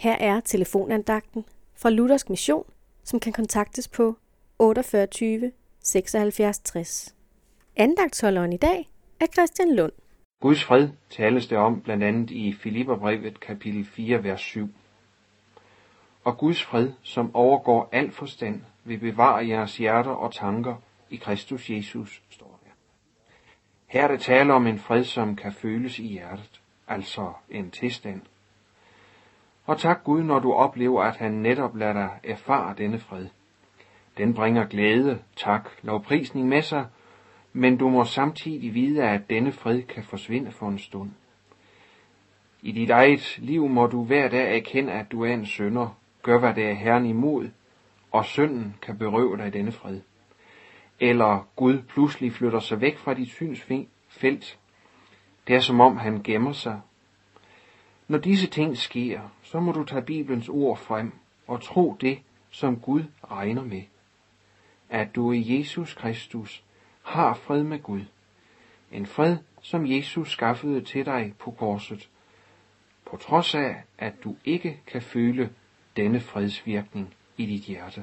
Her er telefonandagten fra Luthersk Mission, som kan kontaktes på 48 76 60. Andagtsholderen i dag er Christian Lund. Guds fred tales det om blandt andet i Filipperbrevet kapitel 4, vers 7. Og Guds fred, som overgår al forstand, vil bevare jeres hjerter og tanker i Kristus Jesus, står der. Her er det tale om en fred, som kan føles i hjertet, altså en tilstand. Og tak Gud, når du oplever, at han netop lader dig erfare denne fred. Den bringer glæde, tak, lovprisning med sig, men du må samtidig vide, at denne fred kan forsvinde for en stund. I dit eget liv må du hver dag erkende, at du er en synder. Gør, hvad det er Herren imod, og synden kan berøve dig denne fred. Eller Gud pludselig flytter sig væk fra dit synsfelt. Det er som om han gemmer sig. Når disse ting sker, så må du tage Bibelens ord frem og tro det, som Gud regner med. At du i Jesus Kristus har fred med Gud. En fred, som Jesus skaffede til dig på korset, på trods af, at du ikke kan føle denne fredsvirkning i dit hjerte.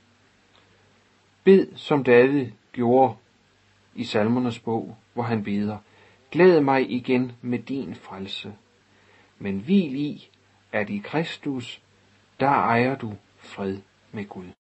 Bed, som David gjorde i Salmernes bog, hvor han beder: Glæd mig igen med din frelse, men hvil i, at i Kristus, der ejer du fred med Gud.